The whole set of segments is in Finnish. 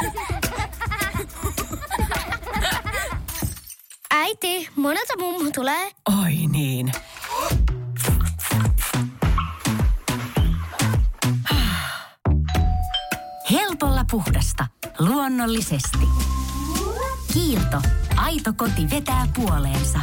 Äiti, monelta mummu tulee. Oi niin. Helpolla puhdasta. Luonnollisesti. Kiilto. Aito koti vetää puoleensa.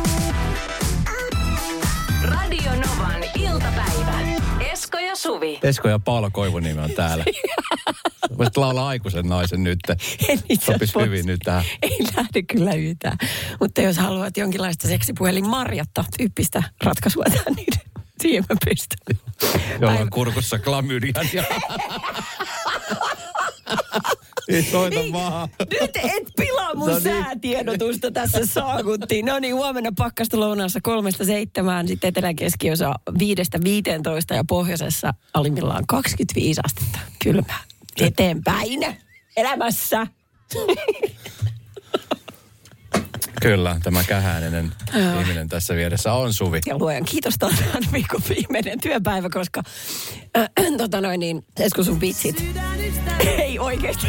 Radio Novan iltapäivä. Esko ja Suvi. Esko ja Paula Koivuniemi on täällä. Voisit laulaa aikuisen naisen nyt. En itse sopisi hyvin nyt tähän. Ei lähde kyllä yhtään. Mutta jos haluat jonkinlaista seksipuhelin Marjatta tyyppistä ratkaisua tähän, niin siihen mä pystyn. Jolla on kurkussa klamydian ja... Ei soita vaan. Nyt et pilaa mun säätiedotusta tässä saakuttiin. No niin, huomenna pakkasta lounaassa 3-7, sitten etelä-keskiosa 5-15 ja pohjoisessa alimmillaan 25 astetta. Kylmää. Eteenpäin elämässä. Kyllä, tämä kähäinen ihminen tässä vieressä on Suvi. Ja luojan kiitos, tämä on viikon viimeinen työpäivä, koska Esko sun vitsit. Ei oikeesti.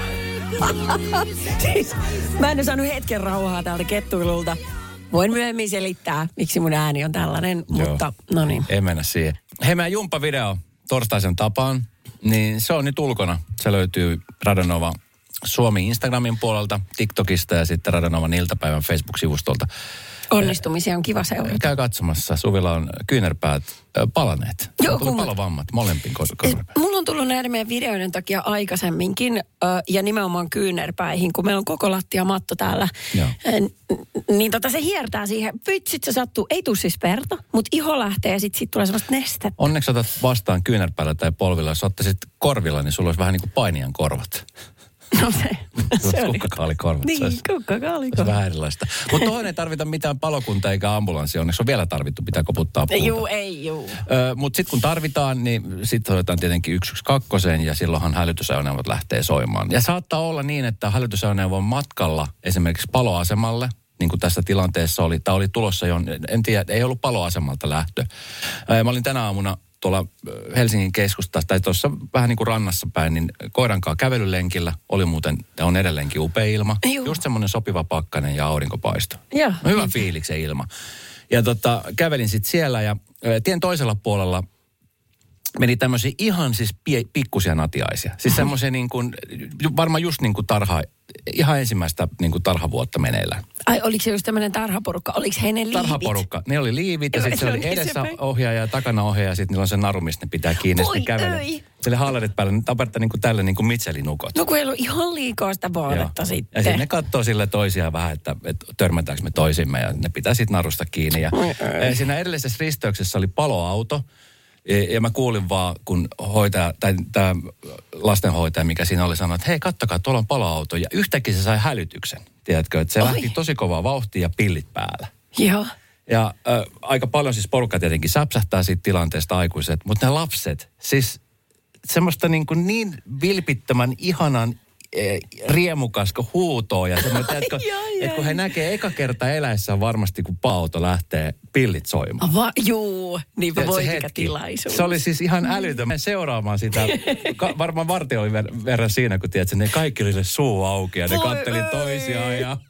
Siis, mä en ole saanut hetken rauhaa täältä kettuilulta. Voin myöhemmin selittää, miksi mun ääni on tällainen, mutta no niin. Ei mennä siihen. Hei, meidän jumppavideo torstaisen tapaan, niin se on nyt ulkona. Se löytyy Radio Nova Suomi Instagramin puolelta, TikTokista ja sitten Radio Novan iltapäivän Facebook-sivustolta. Onnistumisia on kiva seurata. Käy katsomassa. Suvilla on kyynärpäät palaneet. Joo, on palovammat molempiin korvapäin. Mulla on tullut näiden meidän videoiden takia aikaisemminkin, ja nimenomaan kyynärpäihin, kun meillä on koko lattiamatto täällä. Niin se hiertää siihen. Vitsit se sattuu. Ei tule siis verta, mutta iho lähtee ja sitten tulee semmoista nestettä. Onneksi otat vastaan kyynärpäällä tai polvilla. Jos ottaisit korvilla, niin sulla olisi vähän niin kuin painijan korvat. No se oli. Kukkakaalikorvat. Niin, kukkakaalikorvat. Se on vähän erilaista. Mutta tuohon ei tarvita mitään palokuntaa eikä ambulanssia. Onneksi on vielä tarvittu, pitää koputtaa puuta. Juu. Mutta sitten kun tarvitaan, niin sitten hoidetaan tietenkin 112 ja silloinhan hälytysajoneuvot lähtee soimaan. Ja saattaa olla niin, että hälytysajoneuvo on matkalla esimerkiksi paloasemalle, niin kuin tässä tilanteessa oli. Tämä oli tulossa jo, en tiedä, ei ollut paloasemalta lähtö. Mä olin tänä aamuna tuolla Helsingin keskustassa, tai tuossa vähän niin kuin rannassa päin, niin koirankaan kävelylenkillä oli muuten, on edelleenkin upea ilma. Just semmoinen sopiva pakkanen ja aurinkopaisto. No, hyvä fiiliksen ilma. Ja kävelin sitten siellä ja tien toisella puolella meni tämmöisiä ihan siis pikkusia natiaisia. Siis semmoisia niin kuin, varmaan just niin kuin ihan ensimmäistä niin kuin tarhavuotta meneillään. Ai, oliko se just tämmöinen tarhaporukka? Oliko he ne liivit? Tarhaporukka. Ne oli liivit ja sitten se oli edessä ohjaaja ja takana ohjaaja ja sitten niillä on se naru, mistä ne pitää kiinni. Sitten kävelee. Sille haalarit päälle, ne tapertaa niin kuin tälle niin kuin mitselinukot. No kun ei ollut ihan liikaa sitä vaadetta sitten. Ja sitten ne katsoo sille toisiaan vähän, että törmätäänkö me toisimme ja ne pitää sitten narusta kiinni. Ja siinä edellisessä risteyksessä oli paloauto. Ja mä kuulin vaan, kun hoitaja, tai tämä lastenhoitaja, mikä siinä oli, sanoi, että hei, kattokaa, tuolla on paloauto. Ja yhtäkkiä se sai hälytyksen, tiedätkö, että se lähti tosi kovaa vauhtia ja pillit päällä. Joo. Ja aika paljon siis porukka tietenkin säpsähtää siitä tilanteesta aikuiset, mutta ne lapset, siis semmoista niin vilpittömän ihanan riemukasko huutoo ja semmoinen, että kun he näkee eka kerta eläessään varmasti, kun paloauto lähtee pillit soimaan. Juu, niinpä voi mikä tilaisuus. Se oli siis ihan älytön seuraamaan sitä, varmaan vartija oli verran siinä, kun tiedät, ne kaikki oli se suu auki ja ne katteli toisiaan ja...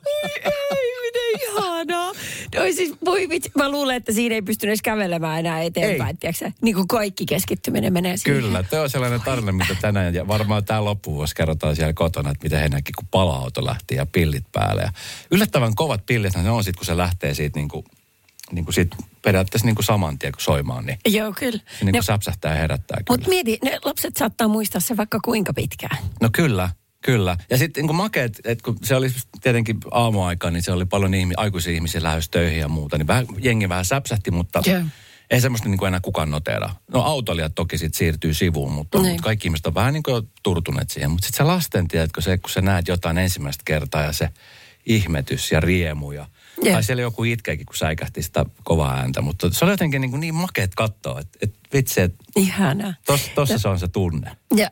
Miten ihanaa. No siis, mä luulen, että siinä ei pystynyt edes kävelemään enää eteenpäin, tiedätkö? Niin kuin kaikki keskittyminen menee siihen. Kyllä, tämä on sellainen tarina, mitä tänään ja varmaan tämä loppuvuosi kerrotaan siellä kotona, että miten he näki, kun paloauto lähti ja pillit päälle. Ja yllättävän kovat pillit ne on sitten, kun se lähtee siitä niin kuin siitä periaatteessa niin kuin saman tien, kun soimaan, niin joo, kyllä. Se niin kuin säpsähtää ja herättää kyllä. Mutta mieti, ne lapset saattaa muistaa se vaikka kuinka pitkään. No kyllä. Ja sitten niin makeet, että kun se oli tietenkin aamuaikaan, niin se oli paljon aikuisia ihmisiä lähdössä töihin ja muuta, niin jengi vähän säpsähti, mutta ei semmoista niin kuin enää kukaan noteraa. No autoilijat toki sitten siirtyy sivuun, mutta kaikki ihmiset on vähän niin kuin turtuneet siihen. Mutta sitten se lasten, tiedätkö, kun sä näet jotain ensimmäistä kertaa ja se ihmetys ja riemu ja... Tai siellä joku itkeekin, kun säikähti sitä kovaa ääntä, mutta se oli jotenkin niin makeet katsoa, että vitsi, että... Ihanaa. Tossa se on se tunne. Ja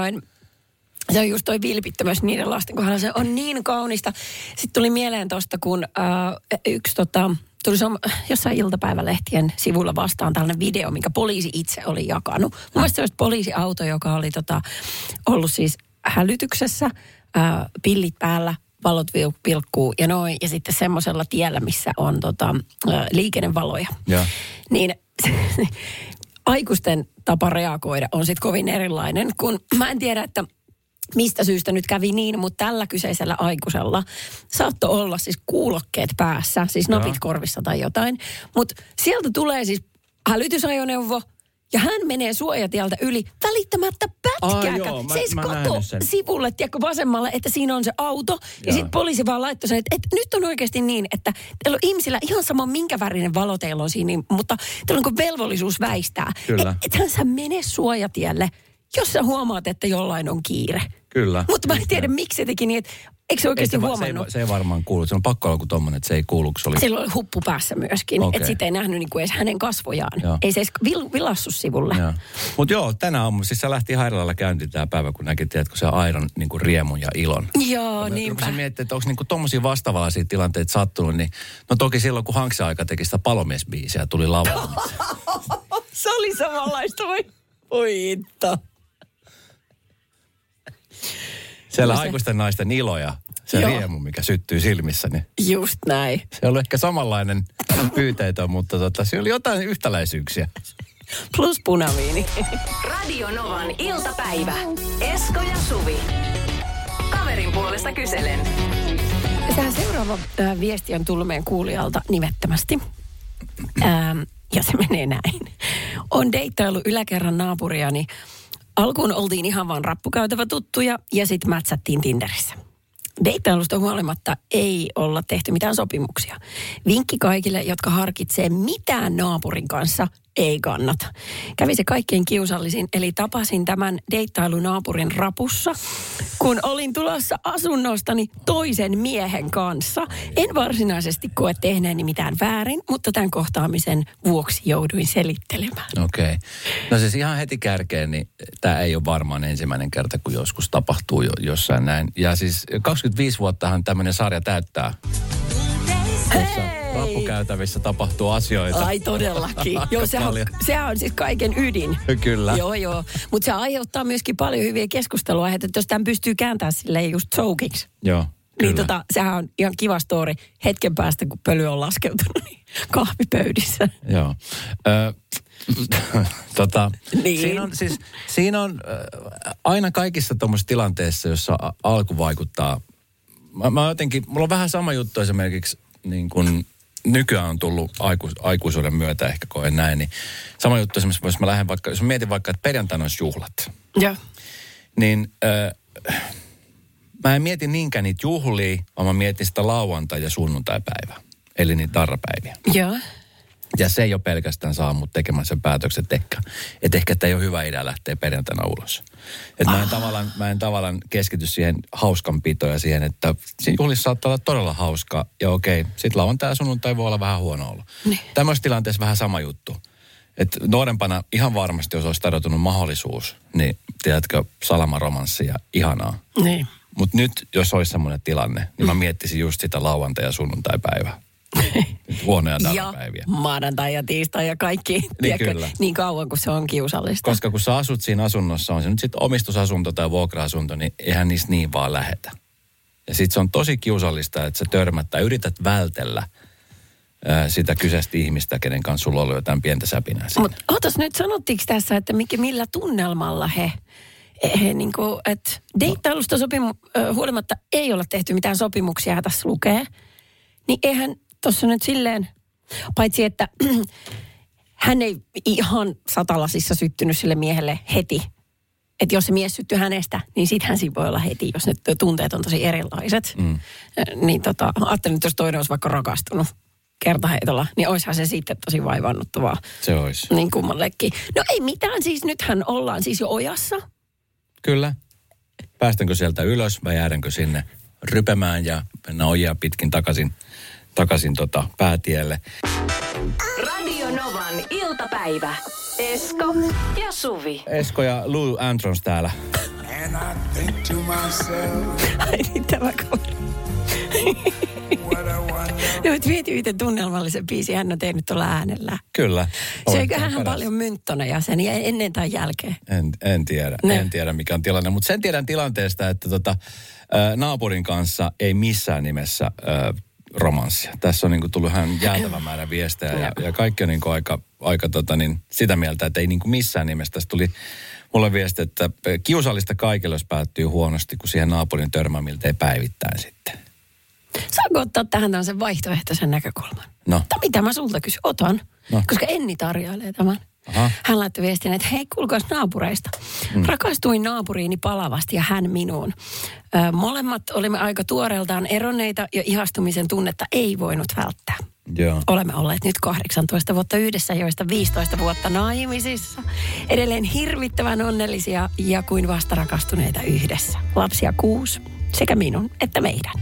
se on just toi vilpittömyys niiden lasten kohdalla. Se on niin kaunista. Sitten tuli mieleen tosta, kun yksi tuli jossain iltapäivälehtien sivulla vastaan tällainen video, minkä poliisi itse oli jakanut. Mun mielestä se olisi poliisiauto, joka oli ollut siis hälytyksessä, pillit päällä, valot vilkkuu ja noin. Ja sitten semmoisella tiellä, missä on liikennevaloja. Ja. Niin aikuisten tapa reagoida on sitten kovin erilainen, kun mä en tiedä, että mistä syystä nyt kävi niin, mutta tällä kyseisellä aikuisella saattoi olla siis kuulokkeet päässä, siis napit korvissa tai jotain. Mutta sieltä tulee siis hälytysajoneuvo ja hän menee suojatieltä yli välittämättä pätkääkään. Siis kato sivulle, tiedätkö, vasemmalle, että siinä on se auto. Ja sitten poliisi vaan laittoi sen, että nyt on oikeasti niin, että teillä on ihmisillä ihan sama minkä värinen valo teillä on siinä, mutta teillä on velvollisuus väistää. Ethän sä mene suojatielle, jos sä huomaat, että jollain on kiire. Kyllä. Mutta mä en tiedä, miksi se teki niin, että eikö se oikeasti huomannut? Se ei varmaan kuulu. Se on pakko olla kuin tommonen, että se ei kuulu, kun se oli... Sillä oli huppu päässä myöskin, että sitten ei nähnyt niinku edes hänen kasvojaan. Joo. Ei se edes vilassu sivulle. Mutta tänä aamulla, siis se lähti Hairalalla käyntiin tämä päivä, kun näki, tiedätkö, se airon niinku riemun ja ilon. Joo, niinpä. Mä miettii, että onko niinku tommosia vastaavallisia tilanteita sattunut, niin no toki silloin, kun Hanksen aika teki sitä palomiesbiisiä, tuli lavalle. Se oli samanlaista, voi itto. Siellä aikuisten naisten ilo ja se riemu, mikä syttyy silmissä. Niin just näin. Se oli ehkä samanlainen pyyteitä, mutta siellä oli jotain yhtäläisyyksiä. Plus punaviini. Radio Novan iltapäivä. Esko ja Suvi. Kaverin puolesta kyselen. Tämä seuraava viesti on tullut meidän kuulijalta nimettömästi. Ja se menee näin. On deittailu yläkerran naapuriani. Alkuun oltiin ihan vaan rappukäytävä tuttuja ja sitten mätsättiin Tinderissä. Deittailusta huolimatta ei olla tehty mitään sopimuksia. Vinkki kaikille, jotka harkitsee mitään naapurin kanssa, ei kannata. Kävi se kaikkein kiusallisin, eli tapasin tämän deittailunaapurin rapussa, kun olin tulossa asunnostani toisen miehen kanssa. En varsinaisesti koe tehneeni mitään väärin, mutta tämän kohtaamisen vuoksi jouduin selittelemään. Okei. No siis ihan heti kärkeen, niin tämä ei ole varmaan ensimmäinen kerta, kun joskus tapahtuu jossain näin. Ja siis 25 vuottahan tämmöinen sarja täyttää. Rappukäytävissä tapahtuu asioita. Ai todellakin. Joo, sehän on siis kaiken ydin. Kyllä. Joo. Mutta se aiheuttaa myöskin paljon hyviä keskustelua, että jos tämän pystyy kääntämään silleen just jokeiksi. Joo, kyllä. Niin sehän on ihan kiva story. Hetken päästä, kun pöly on laskeutunut, niin kahvipöydissä. Joo. Niin. Siinä on aina kaikissa tuommoisissa tilanteissa, jossa alku vaikuttaa. Mä jotenkin, mulla on vähän sama juttu esimerkiksi niin kuin nykyään on tullut aikuisuuden myötä, ehkä koen näin, niin sama juttu esimerkiksi, jos mä mietin vaikka, että perjantaina olisi juhlat. Joo. Niin mä en mieti niinkään niitä juhlia, vaan mä mietin sitä lauantai- ja sunnuntaipäivää. Eli niitä darrapäiviä. Joo. Ja se ei ole pelkästään saa mut tekemään sen päätöksen, että ehkä tämä ei ole hyvä idea lähteä perjantaina ulos. Että mä en tavallaan keskity siihen hauskanpitoon ja siihen, että siinä juhlissa saattaa olla todella hauska. Ja okei, sit lauantai ja sunnuntai voi olla vähän huono olo. Niin. Tämmöisessä tilanteessa vähän sama juttu. Että nuorempana ihan varmasti, jos olisi tarjoutunut mahdollisuus, niin tiedätkö, salamaromanssi ja ihanaa. Niin. Mutta nyt, jos olisi semmoinen tilanne, niin mä miettisin just sitä lauantai- ja sunnuntaipäivää. Huonoja darrapäiviä. Ja maanantai ja tiistai ja kaikki. Niin, tiedätkö, kyllä. niin kauan kuin se on kiusallista. Koska kun sä asut siinä asunnossa, on se nyt sitten omistusasunto tai vuokra-asunto, niin eihän niistä niin vaan lähetä. Ja sitten se on tosi kiusallista, että sä törmät tai yrität vältellä sitä kyseistä ihmistä, kenen kanssa sulla on ollut jotain pientä säpinää siinä. Mutta ootas nyt, sanottiinko tässä, että millä tunnelmalla he niin kuin, että deittailusta huolimatta ei olla tehty mitään sopimuksia, tässä lukee. Niin eihän tuossa nyt silleen, paitsi että hän ei ihan satalasissa syttynyt sille miehelle heti. Että jos se mies syttyi hänestä, niin sittenhän siinä voi olla heti, jos ne tunteet on tosi erilaiset. Niin ajattelin, että jos toinen olisi vaikka rakastunut kertaheitolla, niin olisihan se sitten tosi vaivannuttavaa. Se olisi. Niin kummallekin. No ei mitään, siis nythän ollaan siis jo ojassa. Kyllä. Päästänkö sieltä ylös vai jäädänkö sinne rypemään ja mennä ojia pitkin takaisin päätielle. Radio Novan iltapäivä. Esko ja Suvi. Esko ja Louis Armstrong täällä. And I think to myself, Ai niin, tämä koira. what a wonderful Mutta mieti, miten tunnelmallisen biisin hän on tehnyt tuolla äänellä. Kyllä. Söiköhän hän paljon mynttoneja sen ennen tai jälkeen? En tiedä. En tiedä, mikä on tilanne. Mutta sen tiedän tilanteesta, että naapurin kanssa ei missään nimessä romanssia. Tässä on tullut ihan jäätävä määrä viestejä ja kaikki on aika sitä mieltä, että ei missään nimessä. Tässä tuli mulle viesti, että kiusallista kaikille, jos päättyy huonosti, kun siihen naapurin törmää miltei päivittäin sitten. Saanko ottaa tähän tämmöisen vaihtoehtoisen näkökulman? No. Mutta mitä mä sulta kysyn? Otan, koska Enni tarjoilee tämän. Aha. Hän laittoi viestin, että hei, kuulkaas naapureista. Rakastuin naapuriini palavasti ja hän minuun. Molemmat olimme aika tuoreeltaan eronneita ja ihastumisen tunnetta ei voinut välttää. Joo. Olemme olleet nyt 18 vuotta yhdessä, joista 15 vuotta naimisissa. Edelleen hirvittävän onnellisia ja kuin vasta rakastuneita yhdessä. Lapsia 6, sekä minun että meidän.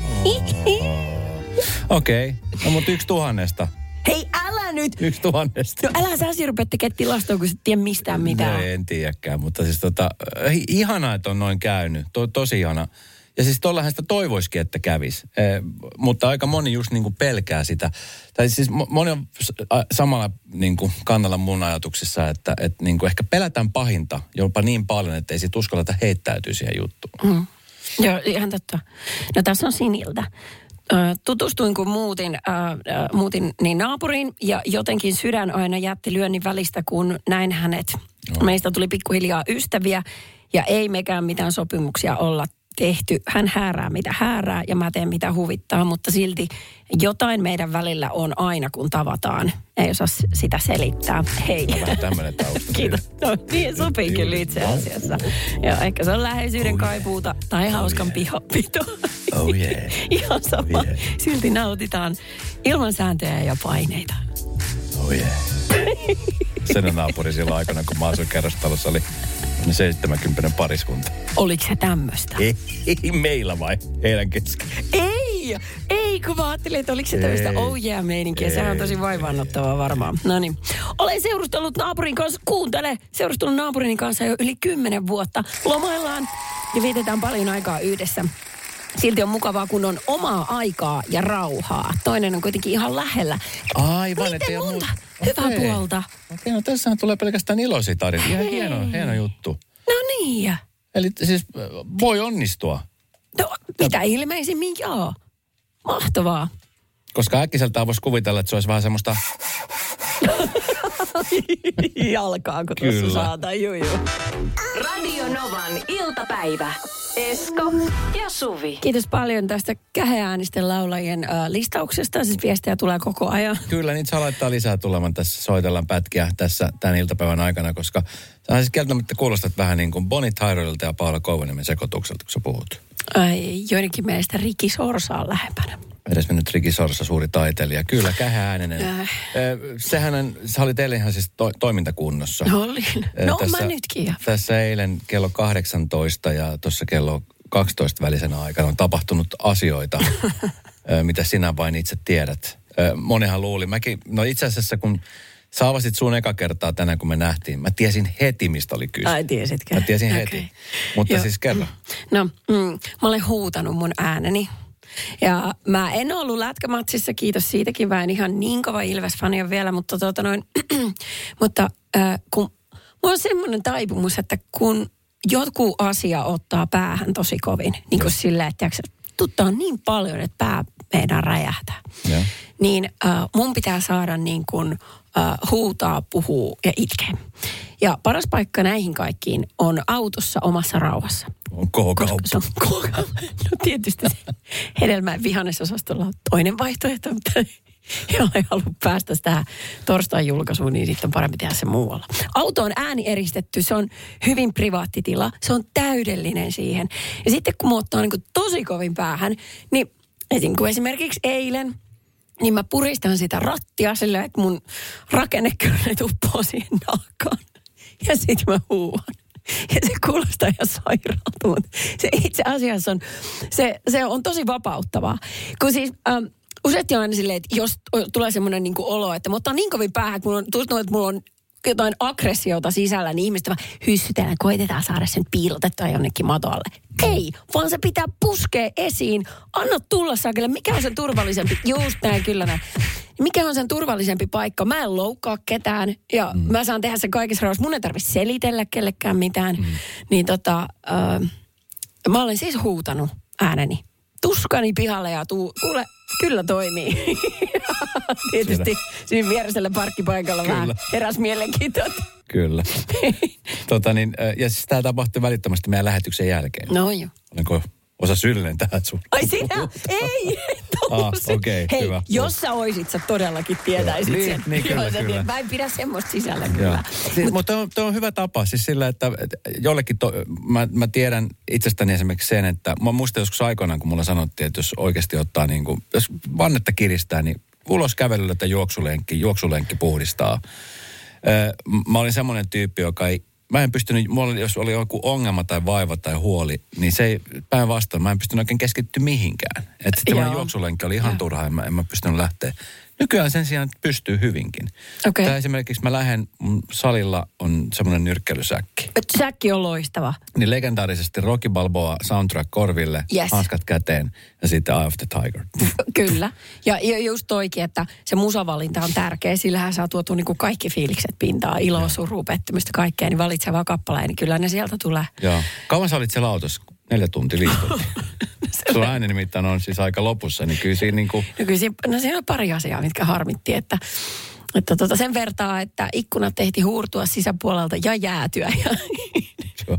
Okei. No mutta 1,000. Hei, älä nyt! 1,000. No älä sä rupea tekemään tilastoa, kun sä tiedä mistään mitään. No, en tiedäkään, mutta siis ihanaa, että on noin käynyt. Tosi ihana. Ja siis tollahan sitä toivoisikin, että kävisi. Mutta aika moni just pelkää sitä. Tai siis moni on samalla kannalla mun ajatuksissa, että ehkä pelätään pahinta jopa niin paljon, että ei sit uskalleta heittäytyä siihen juttuun. Joo, ihan totta. No tässä on Siniltä. Tutustuin, kun muutin niin naapuriin ja jotenkin sydän aina jätti lyönnin välistä, kun näin hänet. Meistä tuli pikkuhiljaa ystäviä ja ei mekään mitään sopimuksia olla tehty. Hän häärää mitä häärää ja mä teen mitä huvittaa, mutta silti jotain meidän välillä on aina, kun tavataan. Ei osaa sitä selittää. Hei. Vähän tämmöinen tausta. Kiitos. No, niin sopii kyllä itse asiassa. Joo, ehkä se on läheisyyden kaipuuta tai hauskan pito. Oh yeah. Ihan sama. Oh yeah. Silti nautitaan ilman sääntöjä ja paineita. Oh yeah. Sen naapuri silloin aikana, kun mä asuin kerrostalossa, oli 70 pariskunta. Oliko se tämmöistä? Ei meillä vai? Heidän kesken. Ei, kun mä ajattelin, että oliko se tämmöistä oh yeah -meininkiä. Sehän on tosi vaivaannuttavaa varmaan. No niin. Olen seurustellut naapurin kanssa, seurustellut naapurini kanssa jo yli 10 vuotta. Lomaillaan ja vietetään paljon aikaa yhdessä. Silti on mukavaa, kun on omaa aikaa ja rauhaa. Toinen on kuitenkin ihan lähellä. Aivan, miten monta hyvää puolta. Okei, no tässähän tulee pelkästään iloisia tarinoita. Ihan hieno juttu. No niin. Eli siis voi onnistua. No, mitä ilmeisimmin joo. Mahtavaa. Koska äkkiseltään voisi kuvitella, että se olisi vähän semmoista... Jalkaa, kun tuossa saatan. Juu. Radio Novan iltapäivä. Esko ja Suvi. Kiitos paljon tästä käheäänisten laulajien listauksesta. Siis viestejä tulee koko ajan. Kyllä, niitä saa laittaa lisää tulemaan tässä. Soitellaan pätkiä tässä tämän iltapäivän aikana, koska sä siis kieltämättä kuulostat vähän niin kuin Bonnie Tylerilta ja Paula Kouvoniemen sekoitukselta, kun sä puhut. Joidenkin mielestä Ricky Sorsa on lähempänä. Edesmennyt Ricky Sorsa, suuri taiteilija. Kyllä, käheääninen. Sä olit eilen ihan siis toimintakunnossa. Olin. No mä nytkin. Tässä eilen kello 18 ja tuossa kello 12 välisenä aikana on tapahtunut asioita, mitä sinä vain itse tiedät. Monihan luuli. Itse asiassa kun sä avasit sun eka kertaa tänään, kun me nähtiin, mä tiesin heti, mistä oli kyse. Ai, tiesitkö? Mä tiesin heti. Mutta siis kerro. No, mä olen huutanut mun ääneni. Ja mä en ollut lätkämatsissa, kiitos siitäkin, mä en ihan niin kova Ilves-fania vielä, mutta kun mulla on semmoinen taipumus, että kun joku asia ottaa päähän tosi kovin, niin kuin silleen, että tuttaa niin paljon, että pää meidän räjähtää. Ja. Niin mun pitää saada niin kuin huutaa, puhua ja itkeä. Ja paras paikka näihin kaikkiin on autossa omassa rauhassa. On K-kauppa. No tietysti se hedelmä- ja vihannesosastolla on toinen vaihtoehto, mutta jos ei halua päästä tähän torstain julkaisuun, niin sitten on parempi tehdä se muualla. Auto on ääni eristetty, se on hyvin privaattitila, se on täydellinen siihen. Ja sitten kun mä ottaa niin kuin tosi kovin päähän, niin esimerkiksi eilen, niin mä puristan sitä rattia silleen, että mun rakenneköydet uppoo siihen naakaan. Ja sit mä huuan. Ja se kuulostaa ihan sairaalta, mutta se itse asiassa on, se on tosi vapauttavaa. Kun siis useasti on aina silleen, että jos tulee semmoinen niin kuin olo, että mä ottaa niin kovin päähän, että mulla on jotain aggressiota sisällä, niin ihmiset vaan hyssytellään, koitetaan saada sen piilotettua jonnekin matolle. Ei, vaan se pitää puskea esiin. Anna tulla saakelle. Mikä on sen turvallisempi? Just näin, kyllä näin. Mikä on sen turvallisempi paikka? Mä en loukkaa ketään ja mä saan tehdä sen kaikissa rauhassa. Mun ei tarvitse selitellä kellekään mitään. Niin mä olen siis huutanut ääneni. Tuskani pihalle ja kuule, kyllä toimii. Tietysti siinä vieresellä parkkipaikalla vähän heräsi mielenkiintoa. Kyllä. Ja siis tämä tapahtui välittömästi meidän lähetyksen jälkeen. No joo. Olenko osa syllentää sun? Ai sinä? Ei. Okei, hei, hyvä. jos sä oisit, sä todellakin tietäisit sen. Niin, kyllä. Mä en pidä semmoista sisällä kyllä. Mutta tuo on hyvä tapa siis sillä, että jollekin, mä tiedän itsestäni esimerkiksi sen, että mä muistan joskus aikoinaan, kun mulla sanottiin, että jos oikeasti ottaa niin kuin, jos vannetta kiristää, niin ulos kävelyllä tai juoksulenkki puhdistaa. Mä olin semmoinen tyyppi, joka ei, mä en pystynyt, jos oli joku ongelma tai vaiva tai huoli, niin se ei, päinvastoin, mä en pystynyt oikein keskittyä mihinkään. Että sitten juoksulenkki oli ihan turha, en mä pystynyt lähteä. Nykyään sen sijaan pystyy hyvinkin. Okay. Tai esimerkiksi mä lähden, salilla on semmoinen nyrkkeilysäkki. Säkki on loistava. Niin legendaarisesti Rocky Balboa soundtrack korville, hanskat käteen ja sitten Eye of the Tiger. Kyllä. Ja just toikin, että se musavalinta on tärkeä. Sillähän saa tuotua niinku kaikki fiilikset pintaan. Iloa, surua, pettymystä, kaikkea. Niin valitse vaan kappaleen, niin kyllä ne sieltä tulee. Joo. Kauan sä olit siellä autossa? 4 tuntia, 5 tuntia. Sulla ääni nimittäin on siis aika lopussa, niin kyllä siinä niinku... No siinä on pari asiaa, mitkä harmitti, että sen vertaa, että ikkunat tehti huurtua sisäpuolelta ja jäätyä. Joo.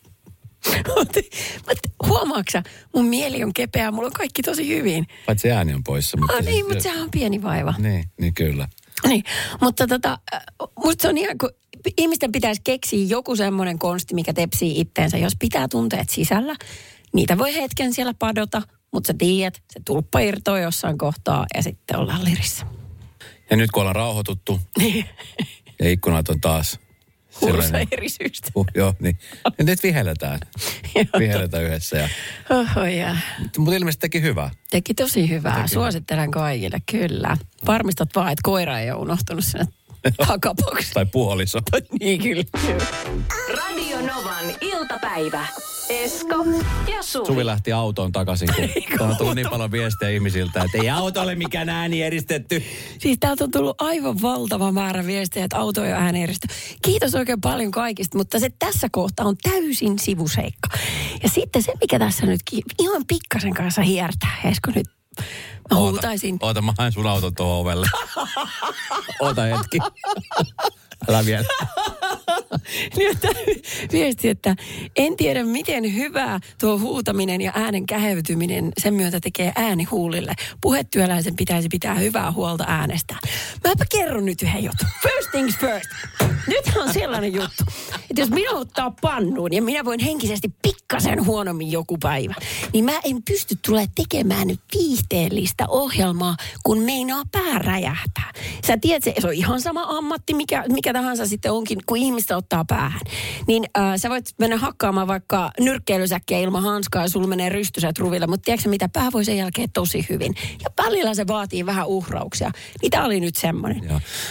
Huomaaksä, mun mieli on kepeä, mulla on kaikki tosi hyvin. Paitsi ääni on poissa. Mutta sehän on pieni vaiva. Niin kyllä. Niin, mutta musta se on ihan kuin ihmisten pitäisi keksiä joku semmoinen konsti, mikä tepsii itteensä. Jos pitää tunteet sisällä, niitä voi hetken siellä padota, mutta sä tiedät, se tulppa irtoaa jossain kohtaa ja sitten ollaan lirissä. Ja nyt kun ollaan rauhoituttu ja ikkunat on taas hursa eri syystä. Joo, niin. Ja nyt vihelletään. Vihelletään yhdessä. Mutta ilmeisesti teki hyvää. Teki tosi hyvää. Suosittelen kaikille, kyllä. Varmistat vaan, että koira ei ole unohtunut sinne takaboksiin. Tai puoliso. Niin kyllä. Radio Novan iltapäivä. Esko ja Suvi. Suvi lähti autoon takaisin, kun on tullut niin paljon viestejä ihmisiltä, että ei auto ole mikään ääni eristetty. Siis täältä on tullut aivan valtava määrä viestejä, että auto ei ole ääni eristetty. Kiitos oikein paljon kaikista, mutta se tässä kohtaa on täysin sivuseikka. Ja sitten se, mikä tässä nyt ihan pikkasen kanssa hiertää, Esko nyt. Mä huutaisin. Oota, mä haen sun auton tuohon ovelle. Oota hetki. Älä vielä. Nyt viesti, että en tiedä miten hyvää tuo huutaminen ja äänen käheytyminen sen myötä tekee äänihuulille. Puhetyöläisen pitäisi pitää hyvää huolta äänestään. Mäpä kerron nyt yhden jutun. First things first. Nythän on sellainen juttu, että jos minä ottaa pannuun ja minä voin henkisesti pikkasen huonommin joku päivä, niin mä en pysty tulemaan tekemään nyt viihteellistä ohjelmaa, kun meinaa pää räjähtää. Sä tiedät, se on ihan sama ammatti, mikä tahansa sitten onkin, kun ihmistä ottaa päähän. Niin sä voit mennä hakkaamaan vaikka nyrkkeilysäkkiä ilman hanskaa ja sulla menee rystyset ruville, mutta tiedätkö mitä, pää voi sen jälkeen tosi hyvin. Ja välillä se vaatii vähän uhrauksia. Niin tää oli nyt semmoinen.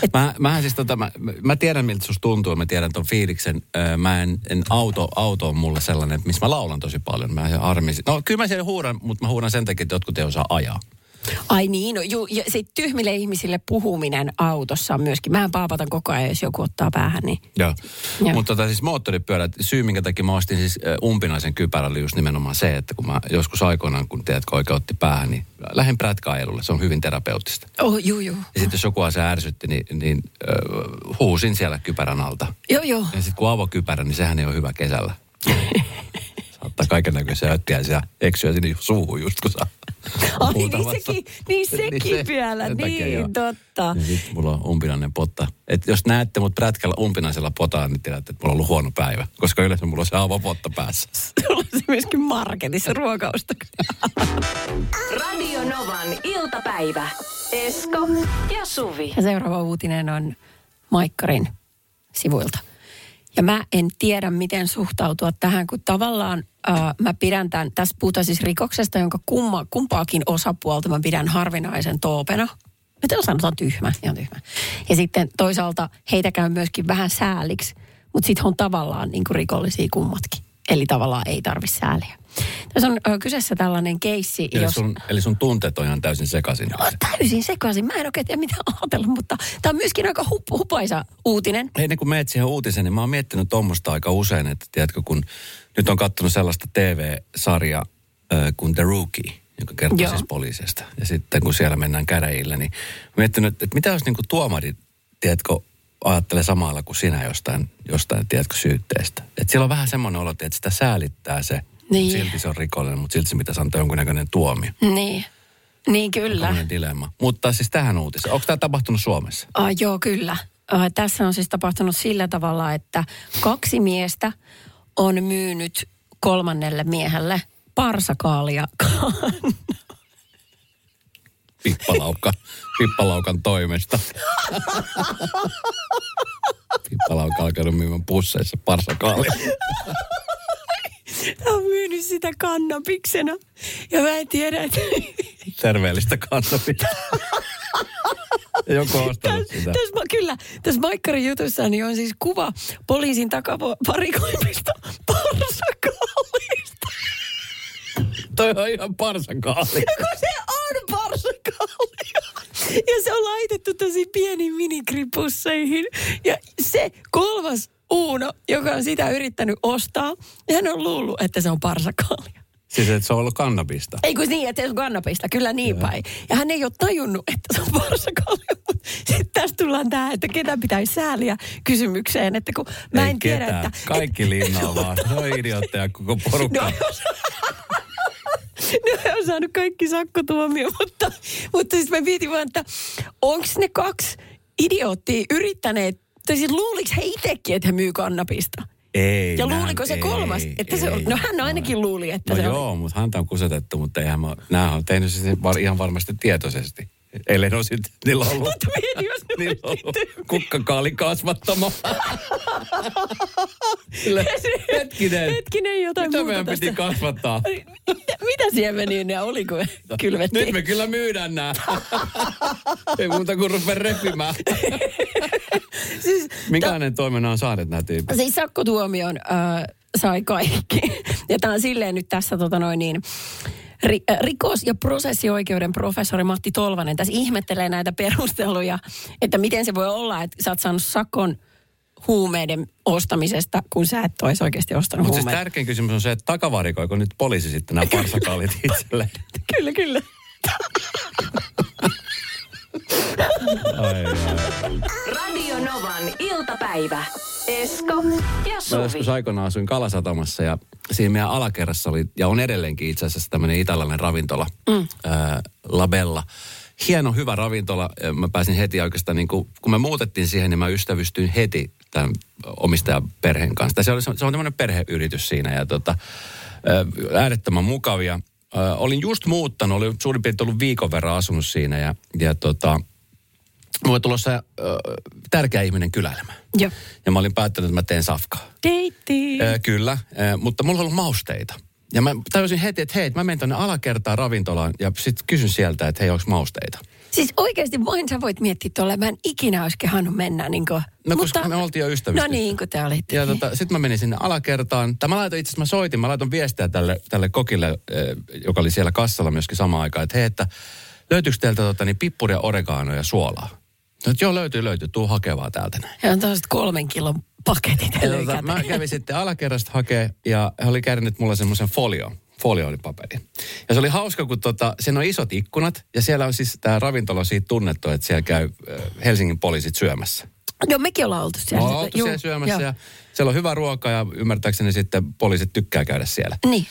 Mä tiedän miltä susta tuntuu, mä tiedän ton fiiliksen. Auto on mulle sellainen, missä mä laulan tosi paljon. Mä armisin. No kyllä mä siellä huudan, mutta mä huudan sen takia, että jotkut ei osaa ajaa. Ai niin, no ja sitten tyhmille ihmisille puhuminen autossa on myöskin. Mähän paapatan koko ajan, jos joku ottaa päähän, niin... Joo. Mutta siis moottoripyörät, syy minkä takia mä ostin siis umpinaisen kypärän oli just nimenomaan se, että kun mä joskus aikoinaan, kun tiedätkö oikein otti päähän, niin lähdin prätkäajelulle. Se on hyvin terapeuttista. Juu. Ja sitten jos joku asia ärsytti, niin huusin siellä kypärän alta. Joo. Ja sitten kun avokypärä, niin sehän ei ole hyvä kesällä. Saattaa kaiken näköisiä höttiäisiä eksyä sinne suuhun just kun saa. Ai niin sekin vielä, niin totta. Ja sitten mulla on umpinainen potta. Että jos näette mut prätkällä umpinaisella potaan, niin tiedätte, että mulla on ollut huono päivä. Koska yleensä mulla on se avopotta päässä. Sulla on se myöskin marketissa ruokaostoksia. Radio Novan iltapäivä. Esko ja Suvi. Ja seuraava uutinen on Maikkarin sivuilta. Ja mä en tiedä, miten suhtautua tähän, kun tavallaan mä pidän tässä puhutaan siis rikoksesta, jonka kumpaakin osapuolta mä pidän harvinaisen toopena. Mitä sanotaan tyhmä, ihan tyhmä. Ja sitten toisaalta heitä käy myöskin vähän sääliksi, mutta sitten on tavallaan niin kuin rikollisia kummatkin. Eli tavallaan ei tarvitse sääliä. Tässä on kyseessä tällainen keissi, Eli sun tunteet on ihan täysin sekaisin. No, täysin sekaisin. Mä en oikein tiedä mitä ajatella, mutta tämä on myöskin aika hupaisa uutinen. Ennen kuin menet siihen uutiseen, niin mä oon miettinyt tuommoista aika usein, että tiedätkö, kun nyt on katsonut sellaista TV-sarjaa kuin The Rookie, joka kertoo siis poliisista. Ja sitten kun siellä mennään käräjille, niin miettinyt, että mitä jos niin kuin tuomari, tiedätkö, ajattelee samalla kuin sinä jostain tiedätkö, syytteestä. Että siellä on vähän semmoinen olo, että sitä säälittää se. Niin. Silti se on rikollinen, mutta silti se pitäisi antaa jonkunnäköinen tuomio. Niin kyllä. Tällainen dilemma. Mutta siis tähän uutiseen. Onko tämä tapahtunut Suomessa? Joo, kyllä. Tässä on siis tapahtunut sillä tavalla, että 2 miestä on myynyt 3. miehelle parsakaalia. Pippalaukan toimesta. Pippalaukka alkanut myymään pusseissa parsakaalia. Hän on myynyt sitä kannabiksena. Ja mä en tiedä, että... Terveellistä kannabista. Joku on ostanut sitä. Tässä Maikkarin jutussa niin on siis kuva poliisin takavarikoimista parsakaalista. Toi on ihan parsakaali. Ja kun se on parsakaalia. Ja se on laitettu tosi pieniin minikripusseihin. Ja se 3. Uuno, joka on sitä yrittänyt ostaa, ja hän on luullut, että se on parsakaalia. Siis että se on ollut kannabista? Ei kun niin, että se on kannabista, kyllä niin päin. Ja hän ei ole tajunnut, että se on parsakaalia, mutta sitten tässä tullaan tähän, että ketä pitäisi sääliä kysymykseen, että kun mä en tiedä, ketään. Että... Kaikki linnaa vaan, se on idiootteja koko porukka. No he on saanut kaikki sakkotuomio, mutta siis mä mietin vaan, että onko ne 2 idioottia yrittäneet, tai siis luuliko he itsekin, että he myy kannabista? Ei. Ja luuliko se 3, että se on, no hän ainakin luuli, että se on. No joo, mutta häntä on kusetettu, mutta eihän nämä on tehnyt siis ihan varmasti tietoisesti. Ellei ne ole sitten, niillä on ollut, mutta mieti, jos ne niillä on ollut kukkakaali kasvattama. Hetkinen, jotain mitä muuta meidän tästä. piti kasvattaa? Mitä siemeniä ne oli, kun kylvettiin? Nyt me kyllä myydään nämä. Ei muuta kuin rupea repimään. Siis, minkälainen toimena on saaneet nämä tyypit? Siis sakkotuomion sai kaikki. Ja tämä on silleen nyt tässä rikos- ja prosessioikeuden professori Matti Tolvanen tässä ihmettelee näitä perusteluja, että miten se voi olla, että sä oot saanut sakon huumeiden ostamisesta, kun sä et olisi oikeasti ostanut huumeita. Mutta siis tärkein kysymys on se, että takavarikoiko nyt poliisi sitten nämä parsakaalit itselleen? Kyllä. Ai. Radio Novan iltapäivä. Esko ja Suvi. Mä joskus aikoinaan asuin Kalasatamassa ja siinä meidän alakerrassa oli, ja on edelleenkin itse asiassa tämmöinen italialainen ravintola, La Bella. Hieno, hyvä ravintola. Mä pääsin heti oikeastaan, niin kun me muutettiin siihen, niin mä ystävystyin heti tämän omistajan perheen kanssa. Se on tämmöinen perheyritys siinä ja äärettömän mukavia. Olin just muuttanut, olin suurin piirtein ollut viikon verran asunut siinä ja mulla oli tulossa tärkeä ihminen kyläilemään. Joo. Ja mä olin päättänyt, että mä teen safkaa. Deitti. Kyllä, mutta mulla on ollut mausteita. Ja mä tajusin heti, että hei, mä menen tonne alakertaan ravintolaan ja sitten kysyn sieltä, että hei, onko mausteita? Siis oikeasti vain sä voit miettiä tuolle, mä en ikinä olisi kehannut mennä niin kuin. No koska me oltiin jo ystävistä. No niin, kun te olitte. Ja sitten mä menin sinne alakertaan. Mä laitoin viestiä tälle kokille, joka oli siellä kassalla myöskin samaan aikaan, että hei, että löytyykö teiltä pippuria, oreganoa ja suolaa? No, joo, löytyy. Tuu hakevaa täältä näin. Ja on tällaiset 3 kilon paketit. Mä kävin sitten alakerrasta hakea ja he oli käärinyt mulle semmoisen folioolipaperi. Ja se oli hauska, kun siinä on isot ikkunat ja siellä on siis tämä ravintola siitä tunnettu, että siellä käy Helsingin poliisit syömässä. Joo, mekin ollaan oltu siellä. Ollaan oltu siellä syömässä ja siellä on hyvä ruoka ja ymmärtääkseni sitten poliisit tykkää käydä siellä. Niin.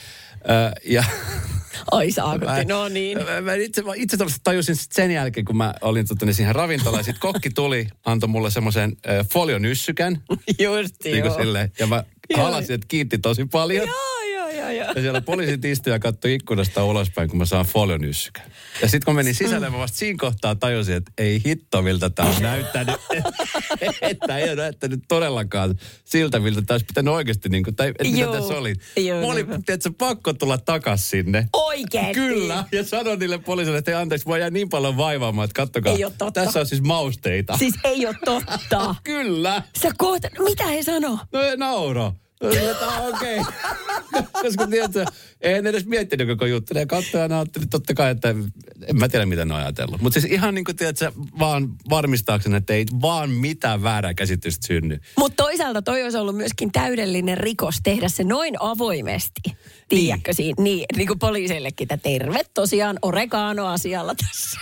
Ai saakutti, no niin. Mä itse tajusin sen jälkeen, kun mä olin siihen ravintolaan, ja sitten kokki tuli, antoi mulle semmoisen folionyssykän. Just niin joo. Silleen, ja mä halasin, että kiitti tosi paljon. Joo. Ja siellä poliisit istui ja katsoi ikkunasta ulospäin, kun mä saan folionyssykän. Ja sitten kun menin sisälle, mä vasta siinä kohtaa tajusin, että ei hitto, miltä tää on näyttänyt. Että ei ole näyttänyt todellakaan siltä, miltä tää olisi pitänyt oikeasti, tai mitä tässä oli. Mä olin, tiedätkö, pakko tulla takas sinne. Oi Oikeesti? Kyllä. Ja sanoin niille poliisille, että anteeksi, voi jää niin paljon vaivaamaan, että kattokaa. Ei oo totta. Tässä on siis mausteita. Siis ei ole totta. Kyllä. Sä kohta, mitä he sanoo? No ei nauro. Okei. Koska tiedätkö, eihän edes miettinyt koko juttu. Ne katsoja ajatteli totta kai, että en mä tiedä mitä ne on ajatellut. Mutta siis ihan niin kuin tiedätkö, vaan varmistaakseni, että ei vaan mitään väärää käsitystä synny. Mutta toisaalta toi olisi ollut myöskin täydellinen rikos tehdä se noin avoimesti. Tiedätkö siinä? Niin kuin poliiseillekin, että terve tosiaan oregano-asialla tässä.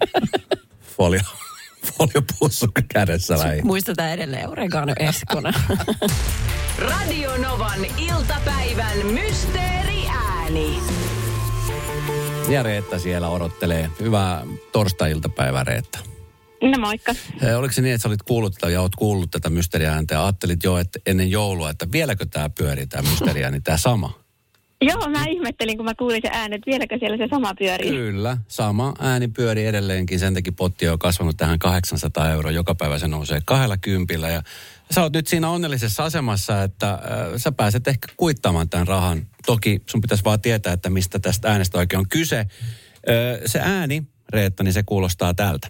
Foliopussukka kädessä lähi. Muistetaan edelleen oregano Eskona. Radio Novan iltapäivän mysteeriääni. Ja Reetta siellä odottelee. Hyvää torstai-iltapäivää, Reetta. No moikka. Oliko se niin, että sä olit kuullut tätä ja oot kuullut tätä mysteeriääntä ja ajattelit jo että ennen joulua, että vieläkö tämä pyörii, tämä mysteeriääni, tämä sama? Joo, mä ihmettelin, kun mä kuulin se ääni, että vieläkö siellä se sama pyörii. Kyllä, sama ääni pyörii edelleenkin. Sen takia potti on kasvanut tähän 800 €. Joka päivä se nousee 20 ja sä oot nyt siinä onnellisessa asemassa, että sä pääset ehkä kuittaamaan tämän rahan. Toki sun pitäisi vaan tietää, että mistä tästä äänestä oikein on kyse. Se ääni, Reetta, niin se kuulostaa tältä.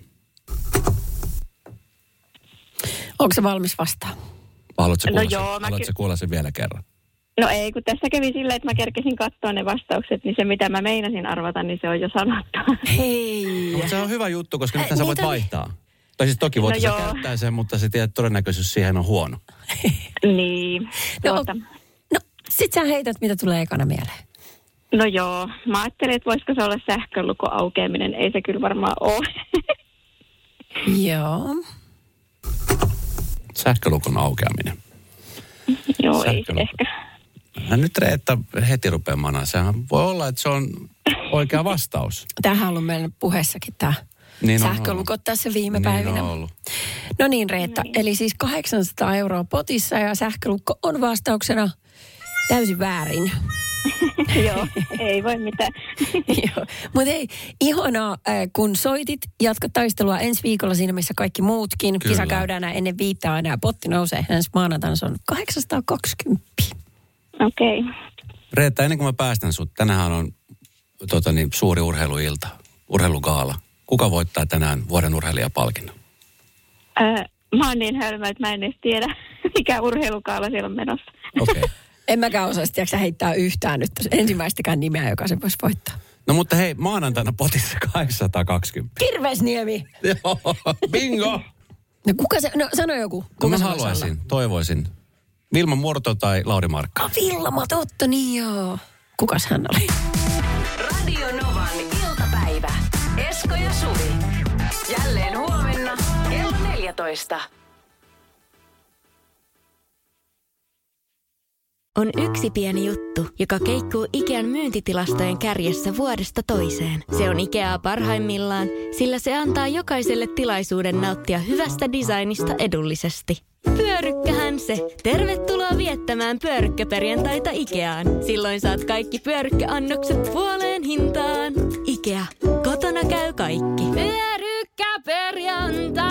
Onko se valmis vastaan? Haluatko sä kuulla sen vielä kerran? No ei, kun tässä kävi silleen, että mä kerkesin katsoa ne vastaukset, niin se mitä mä meinasin arvata, niin se on jo sanottu. Hei! Mutta se on hyvä juttu, koska nyt sä voit vaihtaa. Tai siis toki voit sä käyttää sen, mutta se tiedät, todennäköisyys siihen on huono. Niin. No, sit sä heität, mitä tulee ekana mieleen. No joo, mä ajattelin, että voisiko se olla sähkölukon aukeaminen. Ei se kyllä varmaan ole. Joo. Sähkölukon aukeaminen. Joo, ei ehkä. Nyt Reetta heti rupeaa manaa. Sehän voi olla, että se on oikea vastaus. Tämähän on ollut meillä puheessakin tämä niin sähkölukot tässä viime päivinä. Niin on ollut. No niin, Reetta. Eli siis 800 € potissa ja sähkölukko on vastauksena täysin väärin. Joo, ei voi mitään. Mutta ei, ihanaa, kun soitit. Jatka taistelua ensi viikolla siinä, missä kaikki muutkin. Kyllä. Kisa käydään enää ennen 5 aina ja potti nousee ensi maanantaina. Se on 820. Okei. Reetta, ennen kuin mä päästän sut, tänähän on suuri urheiluilta, urheilugaala. Kuka voittaa tänään vuoden urheilijapalkinnon? Mä oon niin hölmö, että mä en edes tiedä, mikä urheilukaala siellä on menossa. Okei. En mäkään osaisi, tiedätkö heittää yhtään nyt ensimmäistäkään nimeä, joka se voisi voittaa. No mutta hei, maanantaina potissa 820. Kirvesniemi! Joo, bingo! No kuka se, no sano joku. Kuka mä se haluaisin, toivoisin. Vilma Murto tai Lauri Markka. Vilma, totta, niin joo. Kukas hän oli? Radio Novan iltapäivä. Esko ja Suvi. Jälleen huomenna kello 14. On yksi pieni juttu, joka keikkuu Ikean myyntitilastojen kärjessä vuodesta toiseen. Se on Ikeaa parhaimmillaan, sillä se antaa jokaiselle tilaisuuden nauttia hyvästä designista edullisesti. Pyörykkähän se! Tervetuloa viettämään pyörykkäperjantaita Ikeaan. Silloin saat kaikki pyörykkäannokset puoleen hintaan. Ikea. Kotona käy kaikki. Pyörykkäperjantai!